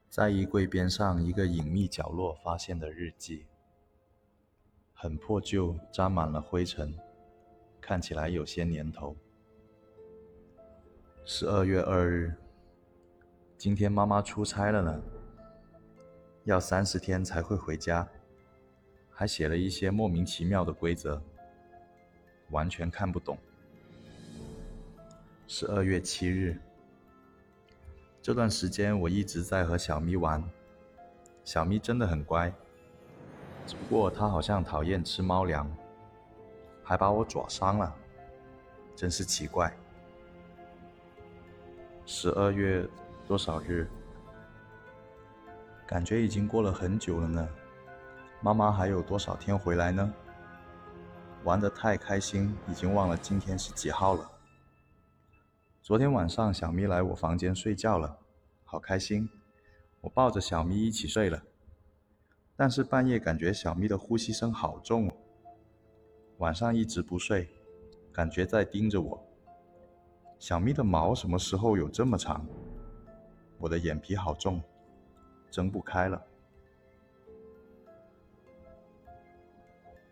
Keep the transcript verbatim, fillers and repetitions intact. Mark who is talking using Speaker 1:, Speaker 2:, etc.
Speaker 1: 在衣柜边上一个隐秘角落发现的日记，很破旧，沾满了灰尘，看起来有些年头。十二月二日，今天妈妈出差了呢，要三十天才会回家，还写了一些莫名其妙的规则，完全看不懂。十二月七日，这段时间我一直在和小咪玩，小咪真的很乖，只不过它好像讨厌吃猫粮，还把我抓伤了，真是奇怪。十二月多少日？感觉已经过了很久了呢。妈妈还有多少天回来呢？玩得太开心，已经忘了今天是几号了。昨天晚上小咪来我房间睡觉了，好开心，我抱着小咪一起睡了。但是半夜感觉小咪的呼吸声好重哦，晚上一直不睡，感觉在盯着我。小咪的毛什么时候有这么长？我的眼皮好重，睁不开了。